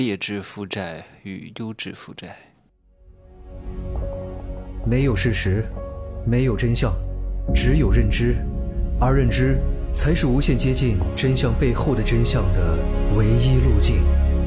劣质负债与优质负债。 没有事实，没有真相，只有认知，而认知才是无限接近真相背后的真相的唯一路径。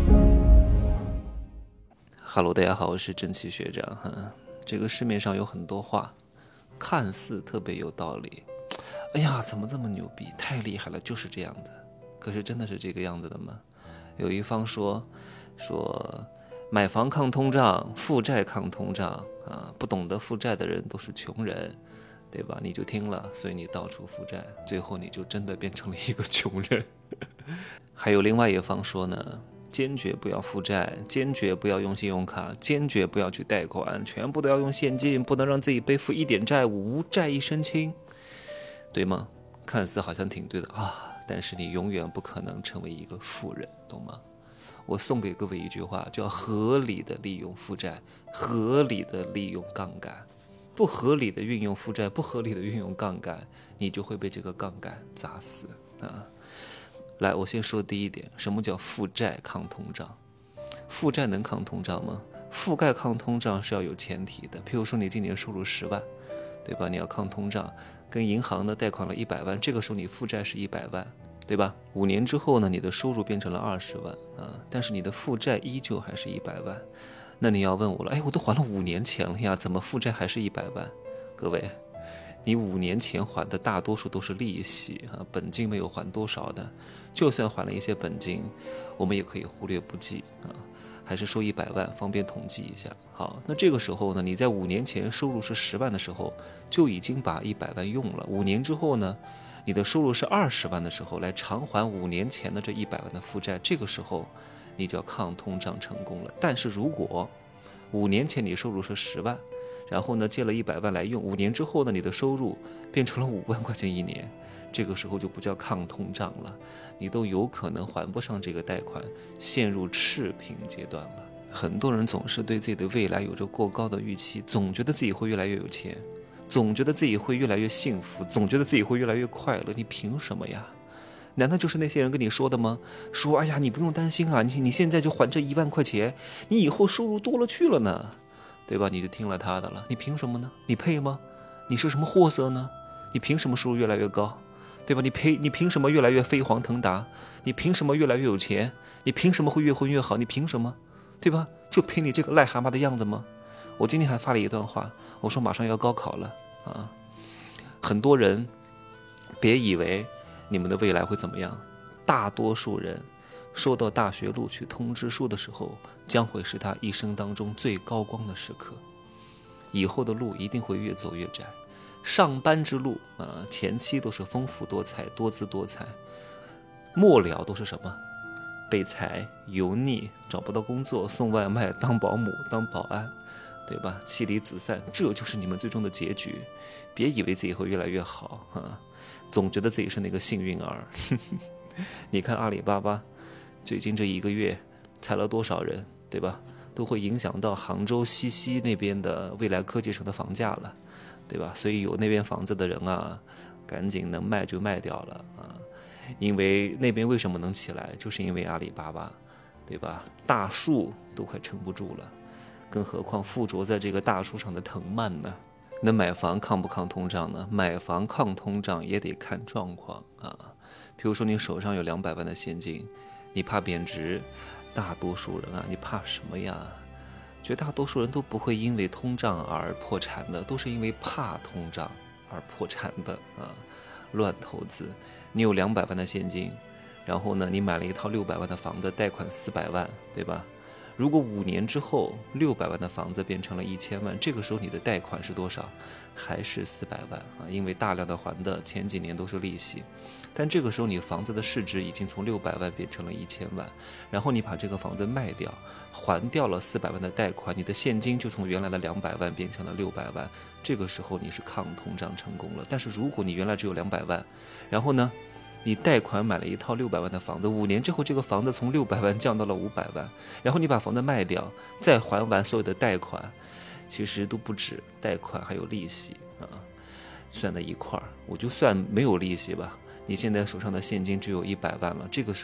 Hello， 大家好，我是正气学长。这个市面上有很多话，看似特别有道理，哎呀，怎么这么牛逼，太厉害了，就是这样子。可是真的是这个样子的吗？有一方说买房抗通胀，负债抗通胀啊，不懂得负债的人都是穷人，对吧？你就听了，所以你到处负债，最后你就真的变成了一个穷人。还有另外一方说呢，坚决不要负债，坚决不要用信用卡，坚决不要去贷款，全部都要用现金，不能让自己背负一点债务，无债一身轻，对吗？看似好像挺对的啊，但是你永远不可能成为一个富人，懂吗？我送给各位一句话，叫合理的利用负债，合理的利用杠杆。不合理的运用负债，不合理的运用杠杆，你就会被这个杠杆砸死啊！来，我先说第一点，什么叫负债抗通胀？负债能抗通胀吗？负债抗通胀是要有前提的，譬如说你今年收入10万，对吧？你要抗通胀，跟银行呢贷款了100万，这个时候你负债是100万，对吧？5年之后呢，你的收入变成了20万啊，但是你的负债依旧还是100万。那你要问我了，哎，我都还了5年钱了呀，怎么负债还是100万？各位，你5年前还的大多数都是利息啊，本金没有还多少的。就算还了一些本金，我们也可以忽略不计啊。还是说100万，方便统计一下。好，那这个时候呢，你在5年前收入是10万的时候，就已经把100万用了。5年之后呢，你的收入是20万的时候，来偿还5年前的这100万的负债，这个时候你就要抗通胀成功了。但是如果5年前你收入是10万，然后呢借了100万来用，5年之后呢你的收入变成了5万块钱一年，这个时候就不叫抗通胀了，你都有可能还不上这个贷款，陷入赤贫阶段了。很多人总是对自己的未来有着过高的预期，总觉得自己会越来越有钱，总觉得自己会越来越幸福，总觉得自己会越来越快乐。你凭什么呀？难道就是那些人跟你说的吗？说哎呀，你不用担心啊，你现在就还这1万块钱，你以后收入多了去了呢，对吧？你就听了他的了，你凭什么呢？你配吗？你是什么货色呢？你凭什么收入越来越高，对吧？你凭什么越来越飞黄腾达？你凭什么越来越有钱？你凭什么会越混越好？你凭什么？对吧？就凭你这个癞蛤蟆的样子吗？我今天还发了一段话，我说马上要高考了啊，很多人别以为你们的未来会怎么样，大多数人收到大学录取通知书的时候，将会是他一生当中最高光的时刻。以后的路一定会越走越窄，上班之路前期都是丰富多彩、多姿多彩，末了都是什么？被裁、油腻、找不到工作、送外卖、当保姆、当保安，对吧？妻离子散，这就是你们最终的结局。别以为自己会越来越好总觉得自己是那个幸运儿。你看阿里巴巴最近这1个月裁了多少人，对吧？都会影响到杭州西溪那边的未来科技城的房价了，对吧？所以有那边房子的人啊，赶紧能卖就卖掉了啊。因为那边为什么能起来，就是因为阿里巴巴，对吧？大树都快撑不住了，更何况附着在这个大树上的藤蔓呢？那买房抗不抗通胀呢？买房抗通胀也得看状况啊。比如说你手上有200万的现金，你怕贬值，大多数人啊，你怕什么呀？绝大多数人都不会因为通胀而破产的，都是因为怕通胀而破产的啊。乱投资，你有200万的现金，然后呢，你买了一套600万的房子，贷款400万，对吧？如果5年之后600万的房子变成了1000万，这个时候你的贷款是多少？还是400万啊？因为大量的还的前几年都是利息，但这个时候你房子的市值已经从600万变成了1000万，然后你把这个房子卖掉，还掉了400万的贷款，你的现金就从原来的200万变成了600万，这个时候你是抗通胀成功了。但是如果你原来只有200万，然后呢，你贷款买了一套600万的房子，5年之后这个房子从600万降到了500万，然后你把房子卖掉，再还完所有的贷款，其实都不止贷款还有利息啊，算在一块儿，我就算没有利息吧，你现在手上的现金只有100万了，这个时候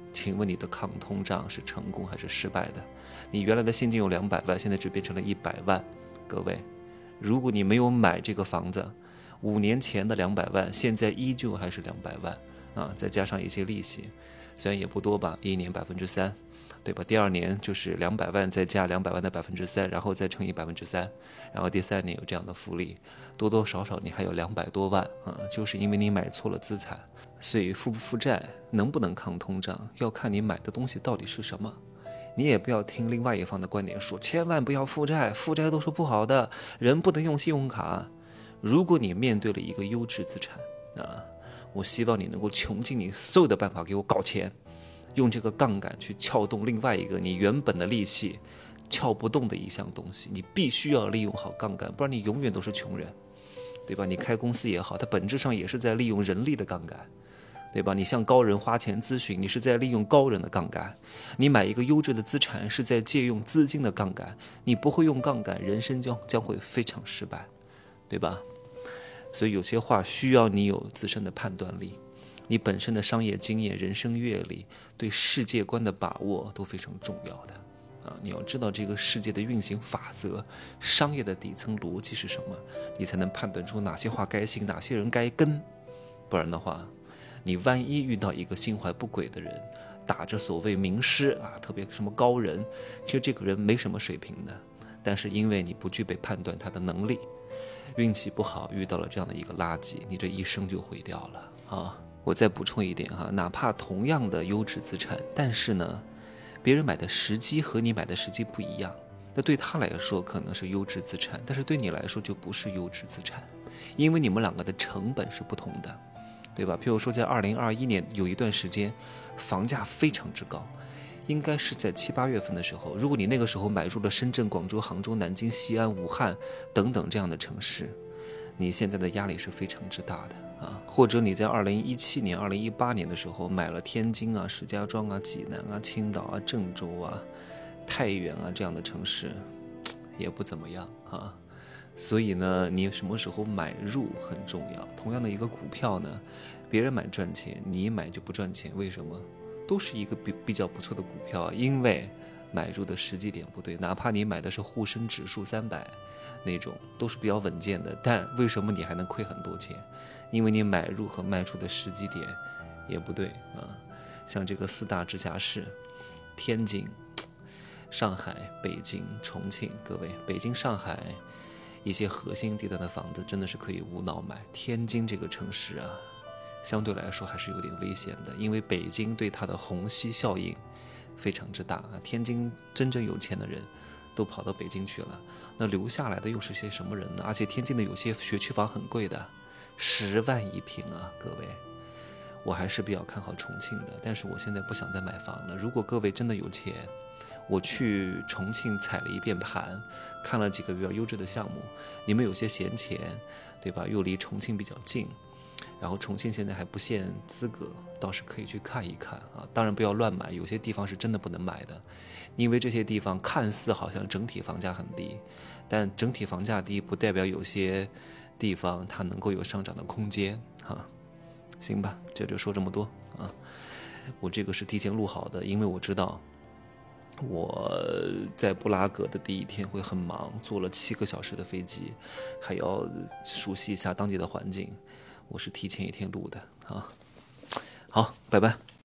请问你的抗通胀是成功还是失败的？你原来的现金有200万，现在只变成了100万。各位，如果你没有买这个房子，5年前的200万，现在依旧还是200万啊，再加上一些利息，虽然也不多吧，1年3%，对吧？第2年就是200万再加200万的3%，然后再乘以3%，然后第3年有这样的复利，多多少少你还有200多万啊，就是因为你买错了资产。所以负不负债，能不能抗通胀，要看你买的东西到底是什么。你也不要听另外一方的观点说，千万不要负债，负债都是不好的，人不能用信用卡。如果你面对了一个优质资产啊，我希望你能够穷尽你所有的办法给我搞钱，用这个杠杆去撬动另外一个你原本的利息撬不动的一项东西。你必须要利用好杠杆，不然你永远都是穷人，对吧？你开公司也好，它本质上也是在利用人力的杠杆，对吧？你向高人花钱咨询，你是在利用高人的杠杆；你买一个优质的资产，是在借用资金的杠杆。你不会用杠杆，人生将会非常失败，对吧？所以有些话需要你有自身的判断力，你本身的商业经验、人生阅历、对世界观的把握都非常重要的。你要知道这个世界的运行法则，商业的底层逻辑是什么，你才能判断出哪些话该信，哪些人该跟。不然的话，你万一遇到一个心怀不轨的人，打着所谓名师啊，特别什么高人，其实这个人没什么水平的，但是因为你不具备判断他的能力，运气不好遇到了这样的一个垃圾，你这一生就毁掉了啊！我再补充一点哈，哪怕同样的优质资产，但是呢，别人买的时机和你买的时机不一样，那对他来说可能是优质资产，但是对你来说就不是优质资产，因为你们两个的成本是不同的，对吧？譬如说在2021年有一段时间房价非常之高，应该是在7、8月份的时候，如果你那个时候买入了深圳、广州、杭州、南京、西安、武汉等等这样的城市，你现在的压力是非常之大的啊。或者你在2017年、2018年的时候买了天津啊、石家庄啊、济南啊、青岛啊、郑州啊、太原啊这样的城市，也不怎么样啊。所以呢，你什么时候买入很重要。同样的一个股票呢，别人买赚钱，你买就不赚钱，为什么？都是一个比较不错的股票，因为买入的时机点不对。哪怕你买的是沪深指数300那种，都是比较稳健的，但为什么你还能亏很多钱？因为你买入和卖出的时机点也不对啊。像这个4大直辖市，天津、上海、北京、重庆，各位，北京、上海一些核心地带的房子真的是可以无脑买。天津这个城市啊，相对来说还是有点危险的，因为北京对它的虹吸效应非常之大啊。天津真正有钱的人都跑到北京去了，那留下来的又是些什么人呢？而且天津的有些学区房很贵的，10万一平啊，各位。我还是比较看好重庆的，但是我现在不想再买房了。如果各位真的有钱，我去重庆踩了一遍盘，看了几个比较优质的项目，你们有些闲钱，对吧？又离重庆比较近，然后重庆现在还不限资格，倒是可以去看一看啊。当然不要乱买，有些地方是真的不能买的，因为这些地方看似好像整体房价很低，但整体房价低不代表有些地方它能够有上涨的空间啊。行吧，这就说这么多啊。我这个是提前录好的，因为我知道我在布拉格的第一天会很忙，坐了7个小时的飞机，还要熟悉一下当地的环境，我是提前1天录的啊。好，拜拜。